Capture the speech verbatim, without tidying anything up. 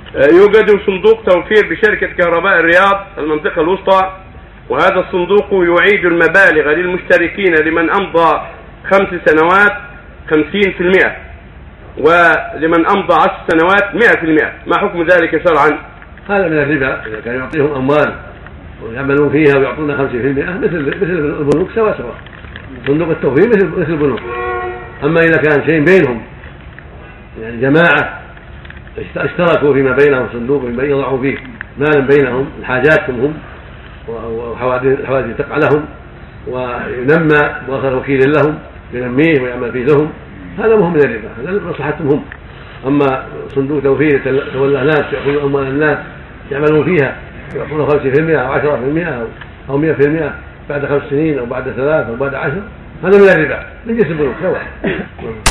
يوجد صندوق توفير بشركة كهرباء الرياض المنطقة الوسطى، وهذا الصندوق يعيد المبالغ للمشتركين لمن أمضى خمس سنوات خمسين في المئة، ولمن أمضى عشر سنوات مئة في المئة. ما حكم ذلك شرعا؟ هذا من الربا، إذا كان يعطيهم أموال ويعملون فيها ويعطون خمسين في المئة مثل مثل البنوك سواء سواء. صندوق التوفير مثل مثل البنوك. أما إذا كان شيء بينهم يعني جماعة اشتركوا فيما بينهم صندوق يضعوا فيه مالا بينهم لحاجاتهم هم وحوادث تقع لهم وينمى بواسطة وكيل لهم ينميه ويعمل فيه لهم، هذا مهم من الربا، هذا لمصلحتهم هم. أما صندوق توفير تولى ناس يأخذون أموال الناس يعملون فيها يأخذون خمسين في المئة أو عشرة في المئة أو مئة في المئة بعد خمس سنين أو بعد ثلاث أو بعد عشر، هذا من الربا من جنس البنوك سواء.